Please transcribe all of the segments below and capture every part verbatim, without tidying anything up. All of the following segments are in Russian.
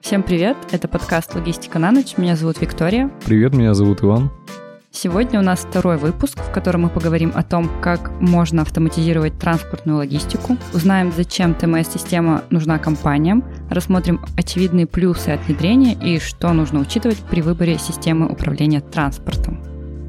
Всем привет, это подкаст «Логистика на ночь», меня зовут Виктория. Привет, меня зовут Иван. Сегодня у нас второй выпуск, в котором мы поговорим о том, как можно автоматизировать транспортную логистику, узнаем, зачем тэ эм эс-система нужна компаниям, рассмотрим очевидные плюсы от внедрения и что нужно учитывать при выборе системы управления транспортом.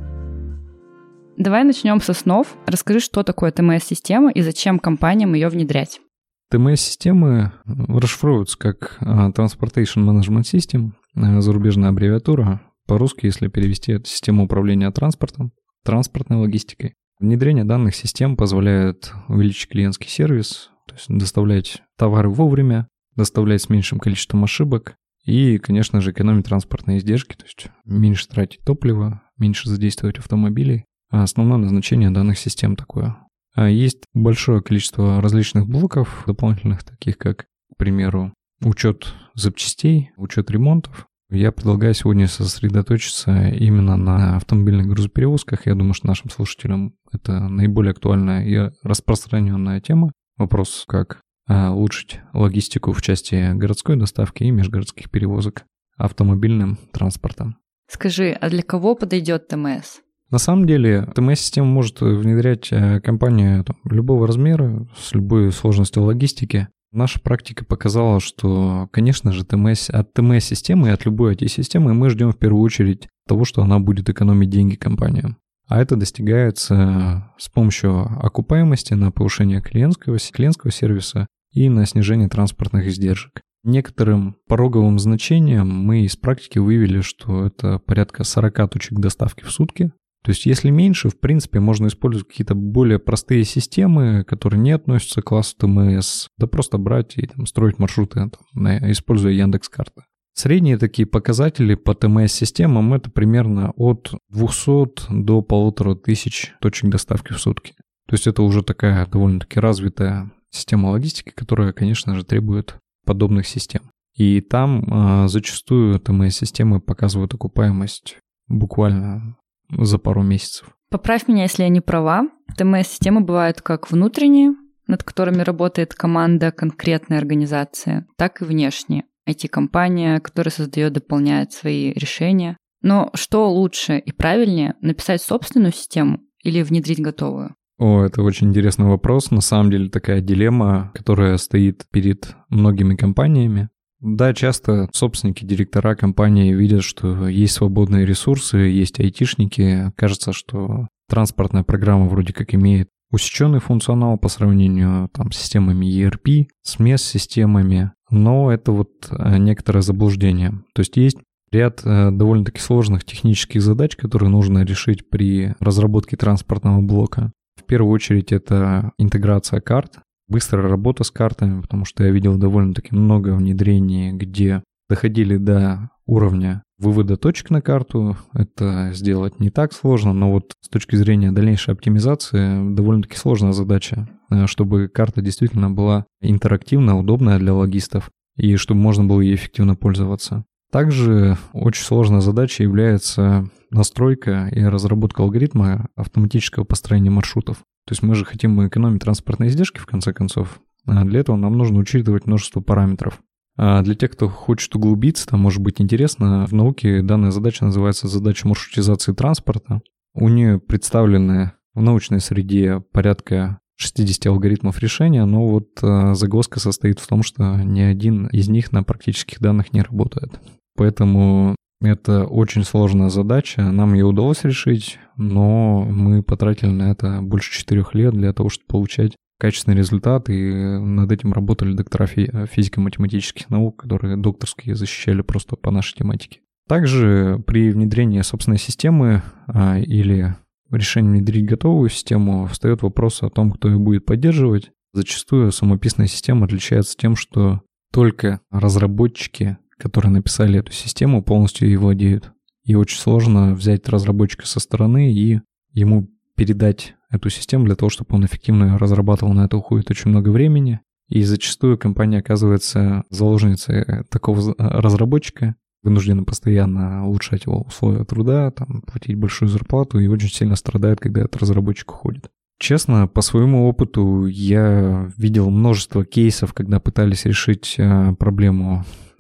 Давай начнем с основ. Расскажи, что такое тэ эм эс-система и зачем компаниям ее внедрять. тэ эм эс-системы расшифровываются как Transportation Management System, зарубежная аббревиатура. По-русски, если перевести, это система управления транспортом, транспортной логистикой. Внедрение данных систем позволяет увеличить клиентский сервис, то есть доставлять товары вовремя, доставлять с меньшим количеством ошибок и, конечно же, экономить транспортные издержки, то есть меньше тратить топлива, меньше задействовать автомобилей. А основное назначение данных систем такое. А есть большое количество различных блоков дополнительных, таких как, к примеру, учет запчастей, учет ремонтов. Я предлагаю сегодня сосредоточиться именно на автомобильных грузоперевозках. Я думаю, что нашим слушателям это наиболее актуальная и распространенная тема. Вопрос, как улучшить логистику в части городской доставки и межгородских перевозок автомобильным транспортом. Скажи, а для кого подойдет тэ эм эс? На самом деле, тэ эм эс-систему может внедрять компания там, любого размера, с любой сложностью логистики. Наша практика показала, что, конечно же, тэ эм эс, от тэ эм эс-системы и от любой ай ти-системы мы ждем в первую очередь того, что она будет экономить деньги компаниям. А это достигается с помощью окупаемости на повышение клиентского, клиентского сервиса и на снижение транспортных издержек. Некоторым пороговым значением мы из практики выявили, что это порядка сорок точек доставки в сутки. То есть если меньше, в принципе, можно использовать какие-то более простые системы, которые не относятся к классу тэ эм эс, да просто брать и там, строить маршруты, там, используя Яндекс.Карты. Средние такие показатели по тэ эм эс-системам это примерно от двухсот до полутора тысяч точек доставки в сутки. То есть это уже такая довольно-таки развитая система логистики, которая, конечно же, требует подобных систем. И там а, зачастую тэ эм эс-системы показывают окупаемость буквально за пару месяцев. Поправь меня, если я не права. тэ эм эс-системы бывают как внутренние, над которыми работает команда конкретной организации, так и внешние. ай ти-компания, которая создает, дополняет свои решения. Но что лучше и правильнее, написать собственную систему или внедрить готовую? О, это очень интересный вопрос. На самом деле такая дилемма, которая стоит перед многими компаниями. Да, часто собственники, директора компании видят, что есть свободные ресурсы, есть айтишники. Кажется, что транспортная программа вроде как имеет усеченный функционал по сравнению там, с системами и эр пи, с эм и эс-системами, но это вот некоторое заблуждение. То есть есть ряд довольно-таки сложных технических задач, которые нужно решить при разработке транспортного блока. В первую очередь это интеграция карт, быстрая работа с картами, потому что я видел довольно-таки много внедрений, где доходили до уровня вывода точек на карту. Это сделать не так сложно, но вот с точки зрения дальнейшей оптимизации довольно-таки сложная задача, чтобы карта действительно была интерактивная, удобная для логистов и чтобы можно было ей эффективно пользоваться. Также очень сложной задачей является настройка и разработка алгоритма автоматического построения маршрутов. То есть мы же хотим экономить транспортные издержки, в конце концов. А для этого нам нужно учитывать множество параметров. А для тех, кто хочет углубиться, там может быть интересно, в науке данная задача называется задача маршрутизации транспорта. У нее представлены в научной среде порядка шестьдесят алгоритмов решения, но вот а, загвоздка состоит в том, что ни один из них на практических данных не работает. Поэтому это очень сложная задача, нам ее удалось решить, но мы потратили на это больше четырех лет для того, чтобы получать качественный результат, и над этим работали доктора физико-математических наук, которые докторские защищали просто по нашей тематике. Также при внедрении собственной системы а, или решении внедрить готовую систему встает вопрос о том, кто ее будет поддерживать. Зачастую самописная система отличается тем, что только разработчики, которые написали эту систему, полностью ей владеют. И очень сложно взять разработчика со стороны и ему передать эту систему для того, чтобы он эффективно ее разрабатывал. На это уходит очень много времени. И зачастую компания оказывается заложницей такого разработчика, вынуждена постоянно улучшать его условия труда, там, платить большую зарплату и очень сильно страдает, когда этот разработчик уходит. Честно, по своему опыту я видел множество кейсов, когда пытались решить проблему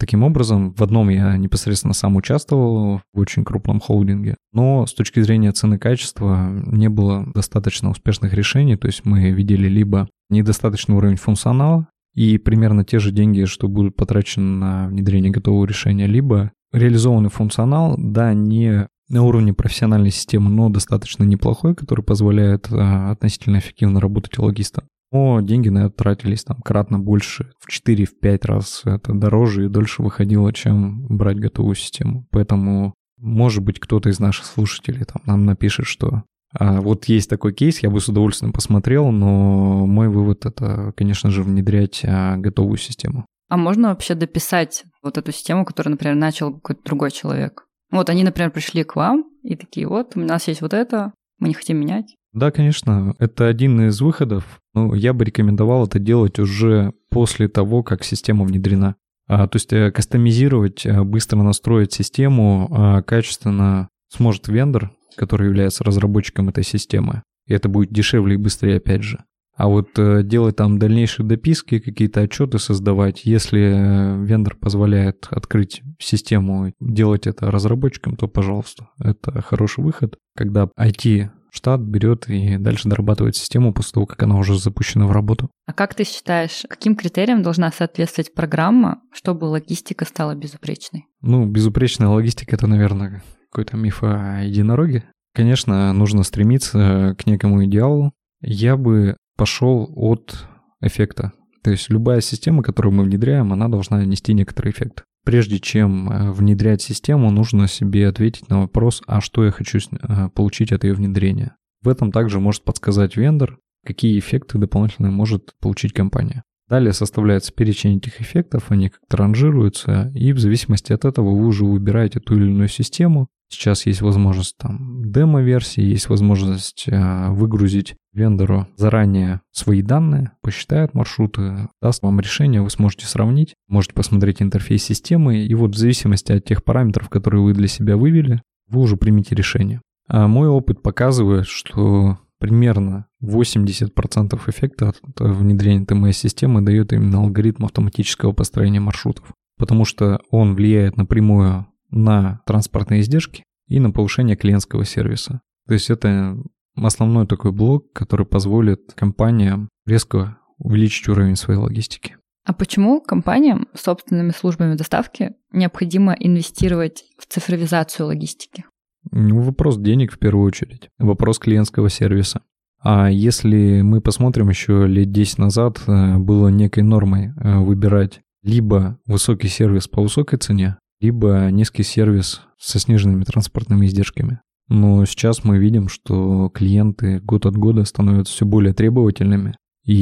таким образом. В одном я непосредственно сам участвовал, в очень крупном холдинге, но с точки зрения цены-качества не было достаточно успешных решений, то есть мы видели либо недостаточный уровень функционала и примерно те же деньги, что будут потрачены на внедрение готового решения, либо реализованный функционал, да, не на уровне профессиональной системы, но достаточно неплохой, который позволяет а, относительно эффективно работать логистам. Но деньги на это тратились там кратно больше, в четыре-пять раз это дороже и дольше выходило, чем брать готовую систему. Поэтому, может быть, кто-то из наших слушателей там нам напишет, что а, вот есть такой кейс, я бы с удовольствием посмотрел, но мой вывод — это, конечно же, внедрять а, готовую систему. А можно вообще дописать вот эту систему, которую, например, начал какой-то другой человек? Вот они, например, пришли к вам и такие, вот, у нас есть вот это, мы не хотим менять. Да, конечно, это один из выходов. Но я бы рекомендовал это делать уже после того, как система внедрена. А, то есть кастомизировать, быстро настроить систему а, качественно сможет вендор, который является разработчиком этой системы. И это будет дешевле и быстрее, опять же. А вот э, делать там дальнейшие дописки, какие-то отчеты создавать, если вендор позволяет открыть систему, делать это разработчикам, то, пожалуйста, это хороший выход, когда ай ти-штат берет и дальше дорабатывает систему после того, как она уже запущена в работу. А как ты считаешь, каким критериям должна соответствовать программа, чтобы логистика стала безупречной? Ну, безупречная логистика — это, наверное, какой-то миф о единороге. Конечно, нужно стремиться к некому идеалу. Я бы пошел от эффекта. То есть любая система, которую мы внедряем, она должна нести некоторый эффект. Прежде чем внедрять систему, нужно себе ответить на вопрос, а что я хочу получить от ее внедрения. В этом также может подсказать вендор, какие эффекты дополнительные может получить компания. Далее составляется перечень этих эффектов, они как-то ранжируются, и в зависимости от этого вы уже выбираете ту или иную систему. Сейчас есть возможность там демо-версии, есть возможность э, выгрузить вендору заранее свои данные, посчитает маршруты, даст вам решение, вы сможете сравнить, можете посмотреть интерфейс системы, и вот в зависимости от тех параметров, которые вы для себя вывели, вы уже примите решение. А мой опыт показывает, что примерно восемьдесят процентов эффекта от внедрения тэ эм эс-системы дает именно алгоритм автоматического построения маршрутов, потому что он влияет напрямую на транспортные издержки и на повышение клиентского сервиса. То есть это основной такой блок, который позволит компаниям резко увеличить уровень своей логистики. А почему компаниям с собственными службами доставки необходимо инвестировать в цифровизацию логистики? Ну, вопрос денег в первую очередь, вопрос клиентского сервиса. А если мы посмотрим, еще лет десять назад было некой нормой выбирать либо высокий сервис по высокой цене, либо низкий сервис со сниженными транспортными издержками. Но сейчас мы видим, что клиенты год от года становятся все более требовательными.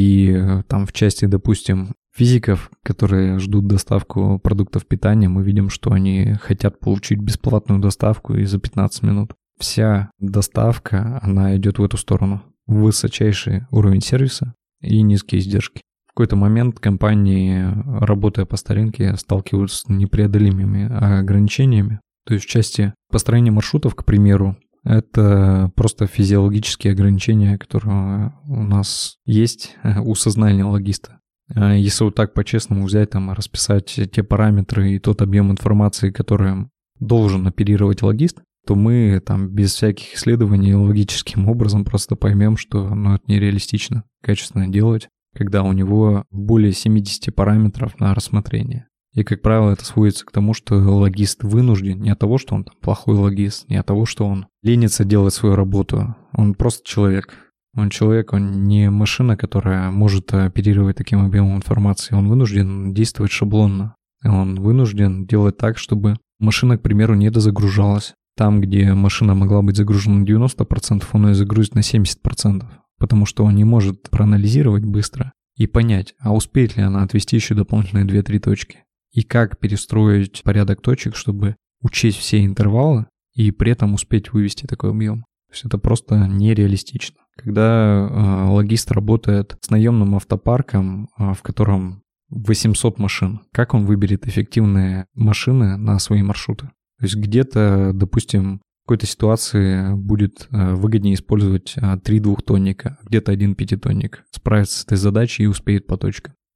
И там в части, допустим, физиков, которые ждут доставку продуктов питания, мы видим, что они хотят получить бесплатную доставку и за пятнадцать минут. Вся доставка, она идет в эту сторону. Высочайший уровень сервиса и низкие издержки. В какой-то момент компании, работая по старинке, сталкиваются с непреодолимыми ограничениями. То есть в части построения маршрутов, к примеру, это просто физиологические ограничения, которые у нас есть у сознания логиста. Если вот так по-честному взять там и расписать те параметры и тот объем информации, которым должен оперировать логист, то мы там без всяких исследований логическим образом просто поймем, что ну, это нереалистично качественно делать, когда у него более семьдесят параметров на рассмотрение. И, как правило, это сводится к тому, что логист вынужден не от того, что он там плохой логист, не от того, что он ленится делать свою работу. Он просто человек. Он человек, он не машина, которая может оперировать таким объемом информации. Он вынужден действовать шаблонно. Он вынужден делать так, чтобы машина, к примеру, не дозагружалась. Там, где машина могла быть загружена на девяносто процентов, он ее загрузит на семьдесят процентов. Потому что он не может проанализировать быстро и понять, а успеет ли она отвести еще дополнительные две-три точки. И как перестроить порядок точек, чтобы учесть все интервалы и при этом успеть вывести такой объем. То есть это просто нереалистично. Когда э, логист работает с наемным автопарком, э, в котором восемьсот машин, как он выберет эффективные машины на свои маршруты? То есть где-то, допустим, в какой-то ситуации будет э, выгоднее использовать э, три двухтонника, где-то один пятитонник, справится с этой задачей и успеет по точкам.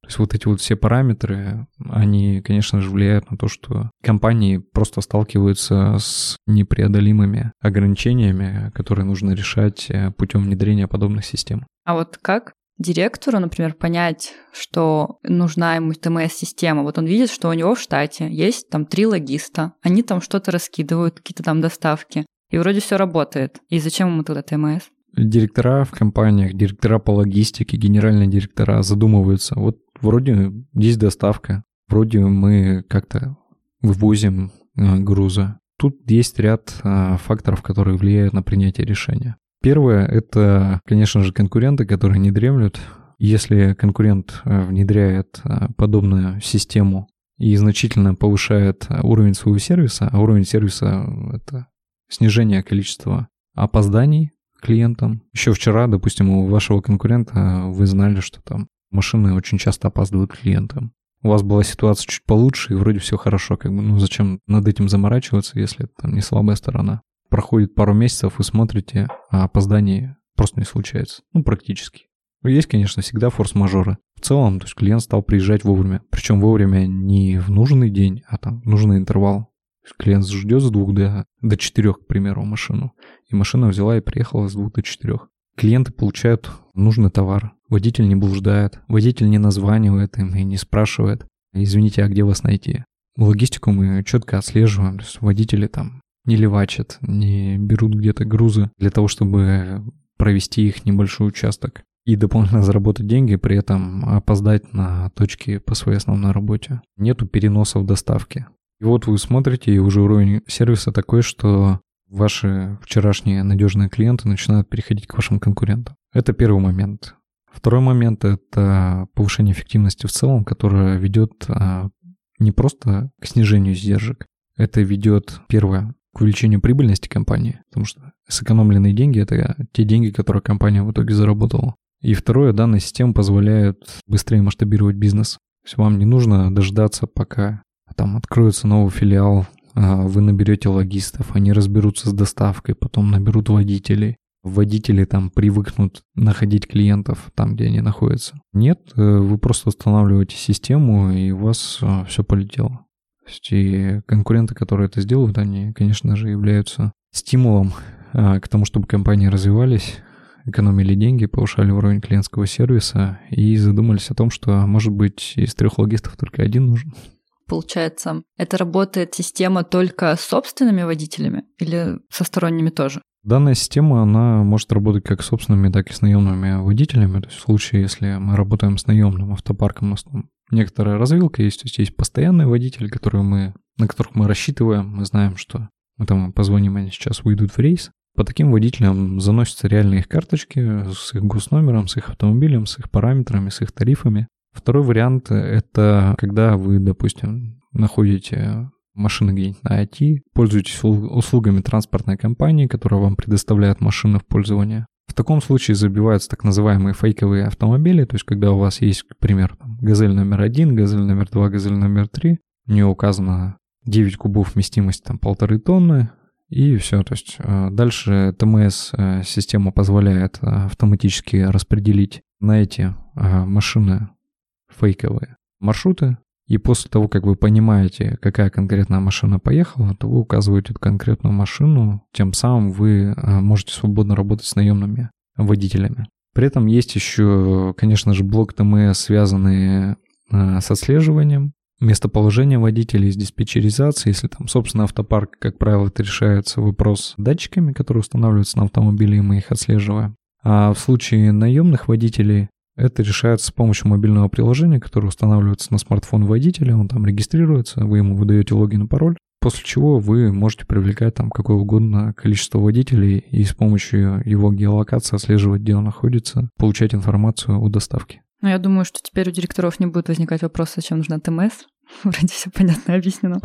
То есть вот эти вот все параметры, они, конечно же, влияют на то, что компании просто сталкиваются с непреодолимыми ограничениями, которые нужно решать путем внедрения подобных систем. А вот как директору, например, понять, что нужна ему тэ эм эс-система? Вот он видит, что у него в штате есть там три логиста, они там что-то раскидывают, какие-то там доставки, и вроде все работает. И зачем ему тогда тэ эм эс? Директора в компаниях, директора по логистике, генеральные директора задумываются. Вот вроде есть доставка, вроде мы как-то вывозим э, грузы. Тут есть ряд э, факторов, которые влияют на принятие решения. Первое – это, конечно же, конкуренты, которые не дремлют. Если конкурент э, внедряет э, подобную систему и значительно повышает уровень своего сервиса, а уровень сервиса – это снижение количества опозданий клиентам. Еще вчера, допустим, у вашего конкурента вы знали, что там машины очень часто опаздывают к клиентам. У вас была ситуация чуть получше, и вроде все хорошо. Как бы, ну зачем над этим заморачиваться, если это там не слабая сторона? Проходит пару месяцев, вы смотрите, а опозданий просто не случается. Ну, практически. Есть, конечно, всегда форс-мажоры. В целом, то есть клиент стал приезжать вовремя. Причем вовремя не в нужный день, а там в нужный интервал. Клиент ждет с двух до, до четырех, к примеру, машину. И машина взяла и приехала с двух до четырех. Клиенты получают нужный товар. Водитель не блуждает. Водитель не названивает им и не спрашивает: извините, а где вас найти? Логистику мы четко отслеживаем. То есть водители там не левачат, не берут где-то грузы для того, чтобы провести их небольшой участок и дополнительно заработать деньги, при этом опоздать на точки по своей основной работе. Нету переносов доставки. И вот вы смотрите, и уже уровень сервиса такой, что ваши вчерашние надежные клиенты начинают переходить к вашим конкурентам. Это первый момент. Второй момент – это повышение эффективности в целом, которое ведет а, не просто к снижению издержек. Это ведет, первое, к увеличению прибыльности компании, потому что сэкономленные деньги – это те деньги, которые компания в итоге заработала. И второе, данная система позволяет быстрее масштабировать бизнес. То есть вам не нужно дождаться, пока там откроется новый филиал, вы наберете логистов, они разберутся с доставкой, потом наберут водителей. Водители там привыкнут находить клиентов там, где они находятся. Нет, вы просто устанавливаете систему, и у вас все полетело. То есть и конкуренты, которые это сделают, они, конечно же, являются стимулом к тому, чтобы компании развивались, экономили деньги, повышали уровень клиентского сервиса и задумались о том, что, может быть, из трех логистов только один нужен. Получается, это работает система только с собственными водителями или со сторонними тоже? Данная система, она может работать как с собственными, так и с наемными водителями. То есть в случае, если мы работаем с наемным автопарком, у нас там некоторая развилка есть, то есть есть постоянные водители, которые мы, на которых мы рассчитываем, мы знаем, что мы там позвоним, они сейчас выйдут в рейс. По таким водителям заносятся реальные их карточки с их госномером, с их автомобилем, с их параметрами, с их тарифами. Второй вариант – это когда вы, допустим, находите машины где-нибудь на ай ти, пользуетесь услугами транспортной компании, которая вам предоставляет машины в пользование. В таком случае забиваются так называемые фейковые автомобили, то есть когда у вас есть, к примеру, там, газель номер один, газель номер два, газель номер три, у нее указано девять кубов вместимость, там полторы тонны, и все. То есть дальше тэ эм эс-система позволяет автоматически распределить на эти машины фейковые маршруты, и после того, как вы понимаете, какая конкретная машина поехала, то вы указываете эту конкретную машину, тем самым вы можете свободно работать с наемными водителями. При этом есть еще, конечно же, блок тэ эм эс, связанный с отслеживанием местоположения водителей, с диспетчеризацией. Если там, собственно, автопарк, как правило, это решается вопрос датчиками, которые устанавливаются на автомобиле, и мы их отслеживаем. А в случае наемных водителей это решается с помощью мобильного приложения, которое устанавливается на смартфон водителя, он там регистрируется, вы ему выдаете логин и пароль, после чего вы можете привлекать там какое угодно количество водителей и с помощью его геолокации отслеживать, где он находится, получать информацию о доставке. Ну, я думаю, что теперь у директоров не будет возникать вопроса, зачем нужна тэ эм эс. Вроде все понятно объяснено.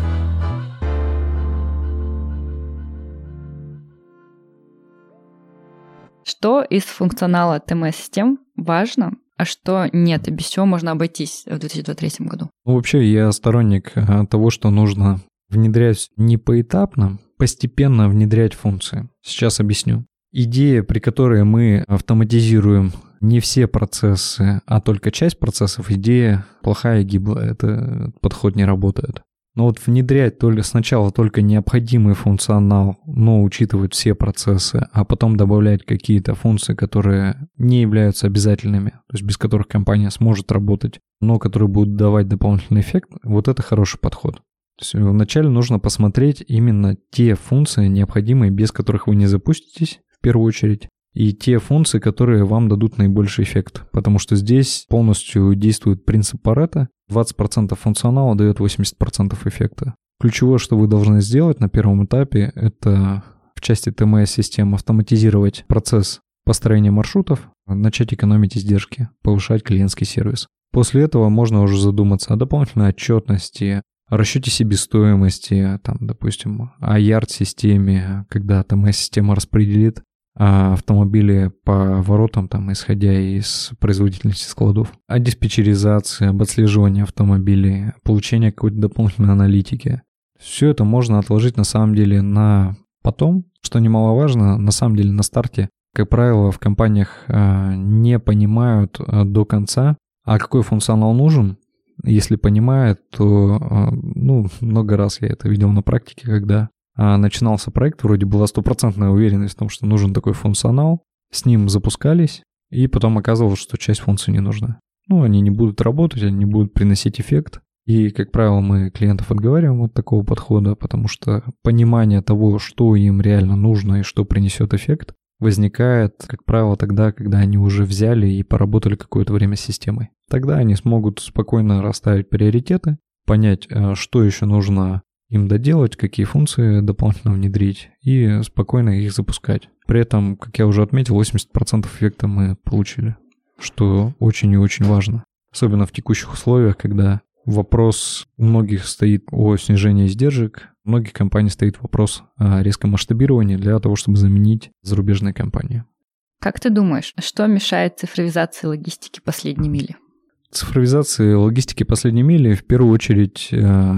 Что из функционала тэ эм эс-систем важно, а что нет, и без чего можно обойтись в две тысячи двадцать третьем году? Ну, вообще, я сторонник того, что нужно внедрять не поэтапно, постепенно внедрять функции. Сейчас объясню. Идея, при которой мы автоматизируем не все процессы, а только часть процессов, идея плохая и гиблая. Это подход не работает. Но вот внедрять только сначала только необходимый функционал, но учитывать все процессы, а потом добавлять какие-то функции, которые не являются обязательными, то есть без которых компания сможет работать, но которые будут давать дополнительный эффект, вот это хороший подход. То есть вначале нужно посмотреть именно те функции необходимые, без которых вы не запуститесь в первую очередь, и те функции, которые вам дадут наибольший эффект. Потому что здесь полностью действует принцип Парето. двадцать процентов функционала дает восемьдесят процентов эффекта. Ключевое, что вы должны сделать на первом этапе, это в части ти эм эс-систем автоматизировать процесс построения маршрутов, начать экономить издержки, повышать клиентский сервис. После этого можно уже задуматься о дополнительной отчетности, о расчете себестоимости, там, допустим, о ярд-системе, когда ти эм эс-система распределит автомобили по воротам, там, исходя из производительности складов, о диспетчеризации, об отслеживании автомобилей, получении какой-то дополнительной аналитики. Все это можно отложить на самом деле на потом, что немаловажно, на самом деле на старте. Как правило, в компаниях не понимают до конца, а какой функционал нужен. Если понимают, то, ну, много раз я это видел на практике, когда начинался проект, вроде была стопроцентная уверенность в том, что нужен такой функционал, с ним запускались, и потом оказывалось, что часть функций не нужна. Ну, они не будут работать, они не будут приносить эффект. И, как правило, мы клиентов отговариваем от такого подхода, потому что понимание того, что им реально нужно и что принесет эффект, возникает, как правило, тогда, когда они уже взяли и поработали какое-то время с системой. Тогда они смогут спокойно расставить приоритеты, понять, что еще нужно им доделать, какие функции дополнительно внедрить и спокойно их запускать. При этом, как я уже отметил, восемьдесят процентов эффекта мы получили, что очень и очень важно. Особенно в текущих условиях, когда вопрос у многих стоит о снижении издержек, у многих компаний стоит вопрос о резком масштабировании для того, чтобы заменить зарубежные компании. Как ты думаешь, что мешает цифровизации логистики последней мили? Цифровизации логистики последней мили в первую очередь,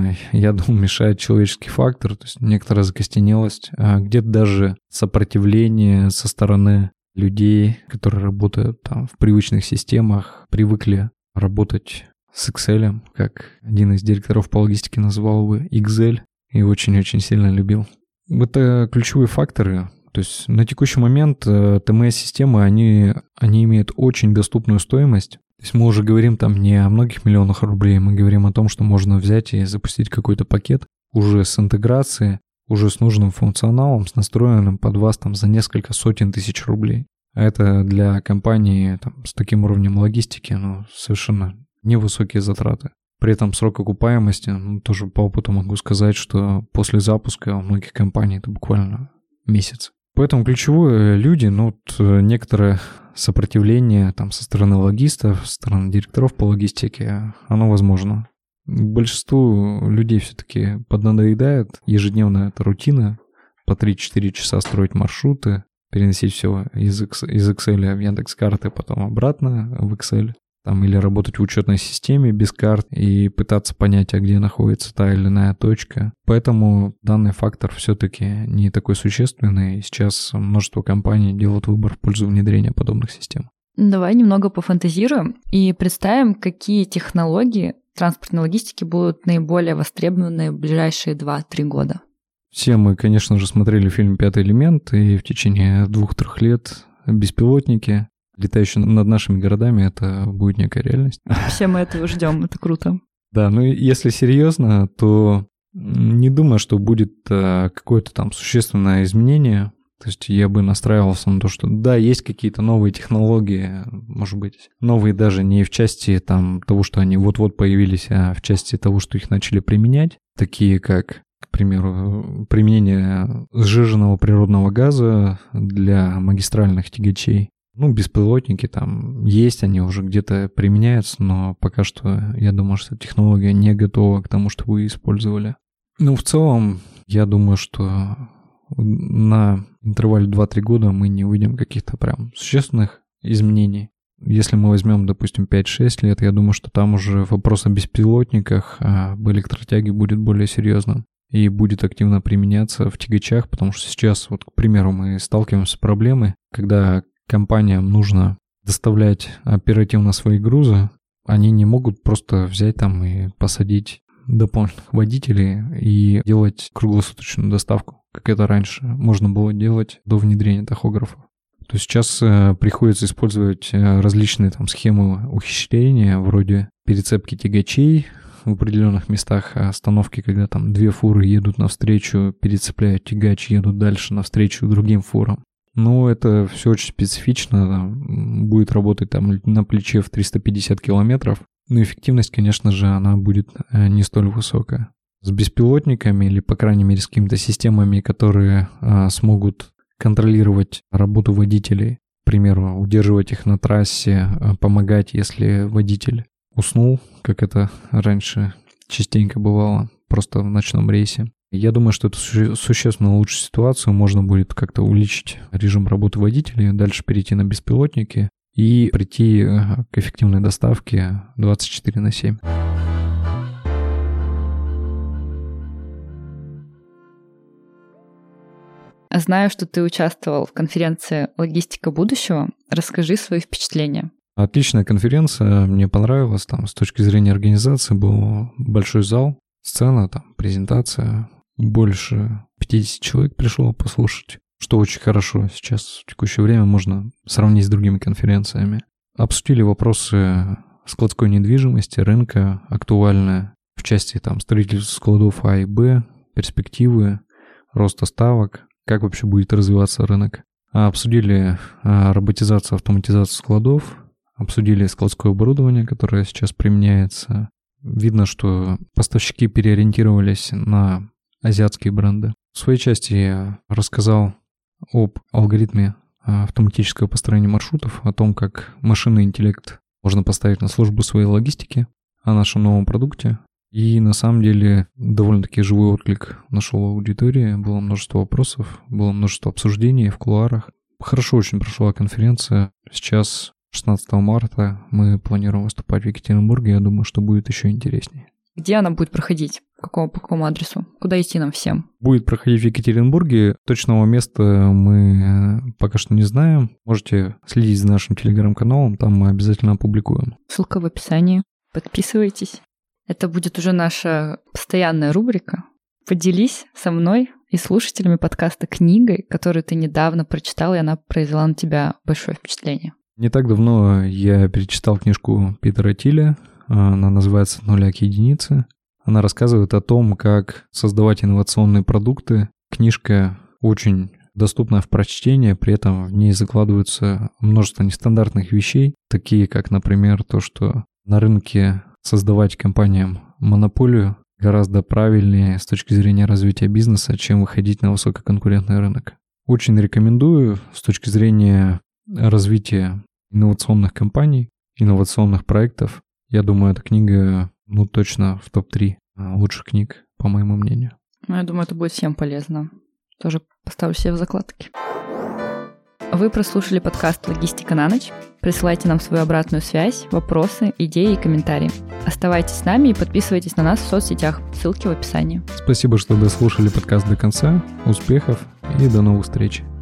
я думаю, мешает человеческий фактор, то есть некоторая закостенелость, где-то даже сопротивление со стороны людей, которые работают там в привычных системах, привыкли работать с Excel, как один из директоров по логистике называл бы Excel, и очень-очень сильно любил. Это ключевые факторы. То есть на текущий момент ти эм эс-системы, они, они имеют очень доступную стоимость. То есть мы уже говорим там не о многих миллионах рублей, мы говорим о том, что можно взять и запустить какой-то пакет уже с интеграцией, уже с нужным функционалом, с настроенным под вас там за несколько сотен тысяч рублей. А это для компании там, с таким уровнем логистики, ну, совершенно невысокие затраты. При этом срок окупаемости, ну, тоже по опыту могу сказать, что после запуска у многих компаний это буквально месяц. Поэтому ключевое люди, ну, вот некоторое сопротивление там со стороны логистов, со стороны директоров по логистике, оно возможно. Большинству людей все-таки поднадоедает ежедневно эта рутина, по три-четыре часа строить маршруты, переносить все из, из Excel в Яндекс.Карты, потом обратно в Excel, там, или работать в учетной системе без карт и пытаться понять, а где находится та или иная точка. Поэтому данный фактор все-таки не такой существенный, и сейчас множество компаний делают выбор в пользу внедрения подобных систем. Давай немного пофантазируем и представим, какие технологии транспортной логистики будут наиболее востребованы в ближайшие два-три года. Все мы, конечно же, смотрели фильм «Пятый элемент», и в течение двух-трех лет беспилотники, летающие над нашими городами, это будет некая реальность. Все мы этого ждем, это круто. Да, ну если серьезно, то не думаю, что будет какое-то там существенное изменение. То есть я бы настраивался на то, что да, есть какие-то новые технологии, может быть, новые даже не в части там того, что они вот-вот появились, а в части того, что их начали применять, такие как, к примеру, применение сжиженного природного газа для магистральных тягачей. Ну, беспилотники там есть, они уже где-то применяются, но пока что я думаю, что технология не готова к тому, чтобы вы использовали. Ну, в целом, я думаю, что на интервале два-три года мы не увидим каких-то прям существенных изменений. Если мы возьмем, допустим, пять-шесть лет, я думаю, что там уже вопрос о беспилотниках, об электротяге будет более серьезным и будет активно применяться в тягачах, потому что сейчас, вот, к примеру, мы сталкиваемся с проблемой, когда компаниям нужно доставлять оперативно свои грузы, они не могут просто взять там и посадить дополнительных водителей и делать круглосуточную доставку, как это раньше можно было делать до внедрения тахографов. То есть сейчас э, приходится использовать э, различные там схемы ухищрения, вроде перецепки тягачей в определенных местах, остановки, когда там две фуры едут навстречу, перецепляют тягач, едут дальше навстречу другим фурам. Но это все очень специфично, там, будет работать там на плече в триста пятьдесят километров, но эффективность, конечно же, она будет э, не столь высокая. С беспилотниками или, по крайней мере, с какими-то системами, которые э, смогут контролировать работу водителей, к примеру, удерживать их на трассе, помогать, если водитель уснул, как это раньше частенько бывало, просто в ночном рейсе. Я думаю, что это суще- существенно улучшит ситуацию, можно будет как-то увеличить режим работы водителей, дальше перейти на беспилотники и прийти к эффективной доставке двадцать четыре на семь. Знаю, что ты участвовал в конференции «Логистика будущего». Расскажи свои впечатления. Отличная конференция, мне понравилась. Там с точки зрения организации был большой зал, сцена, там презентация. Больше пятьдесят человек пришло послушать, что очень хорошо. Сейчас в текущее время можно сравнить с другими конференциями. Обсудили вопросы складской недвижимости, рынка, актуальные в части там строительства складов А и Б, перспективы, роста ставок, как вообще будет развиваться рынок. Обсудили роботизацию, автоматизацию складов, обсудили складское оборудование, которое сейчас применяется. Видно, что поставщики переориентировались на азиатские бренды. В своей части я рассказал об алгоритме автоматического построения маршрутов, о том, как машинный интеллект можно поставить на службу своей логистики, о нашем новом продукте. И на самом деле довольно-таки живой отклик нашел в аудитории. Было множество вопросов, было множество обсуждений в кулуарах. Хорошо очень прошла конференция. Сейчас, шестнадцатого марта, мы планируем выступать в Екатеринбурге. Я думаю, что будет еще интереснее. Где она будет проходить? По какому, по какому адресу? Куда идти нам всем? Будет проходить в Екатеринбурге. Точного места мы пока что не знаем. Можете следить за нашим телеграм-каналом, там мы обязательно опубликуем. Ссылка в описании. Подписывайтесь. Это будет уже наша постоянная рубрика. Поделись со мной и слушателями подкаста книгой, которую ты недавно прочитал, и она произвела на тебя большое впечатление. Не так давно я перечитал книжку Питера Тиля. Она называется «От нуля к единице». Она рассказывает о том, как создавать инновационные продукты. Книжка очень доступна в прочтении, при этом в ней закладываются множество нестандартных вещей, такие как, например, то, что на рынке создавать компаниям монополию гораздо правильнее с точки зрения развития бизнеса, чем выходить на высококонкурентный рынок. Очень рекомендую с точки зрения развития инновационных компаний, инновационных проектов. Я думаю, эта книга, ну, точно в топ три лучших книг, по моему мнению. Ну, я думаю, это будет всем полезно. Тоже поставлю себе в закладки. Вы прослушали подкаст «Логистика на ночь». Присылайте нам свою обратную связь, вопросы, идеи и комментарии. Оставайтесь с нами и подписывайтесь на нас в соцсетях. Ссылки в описании. Спасибо, что дослушали подкаст до конца. Успехов и до новых встреч.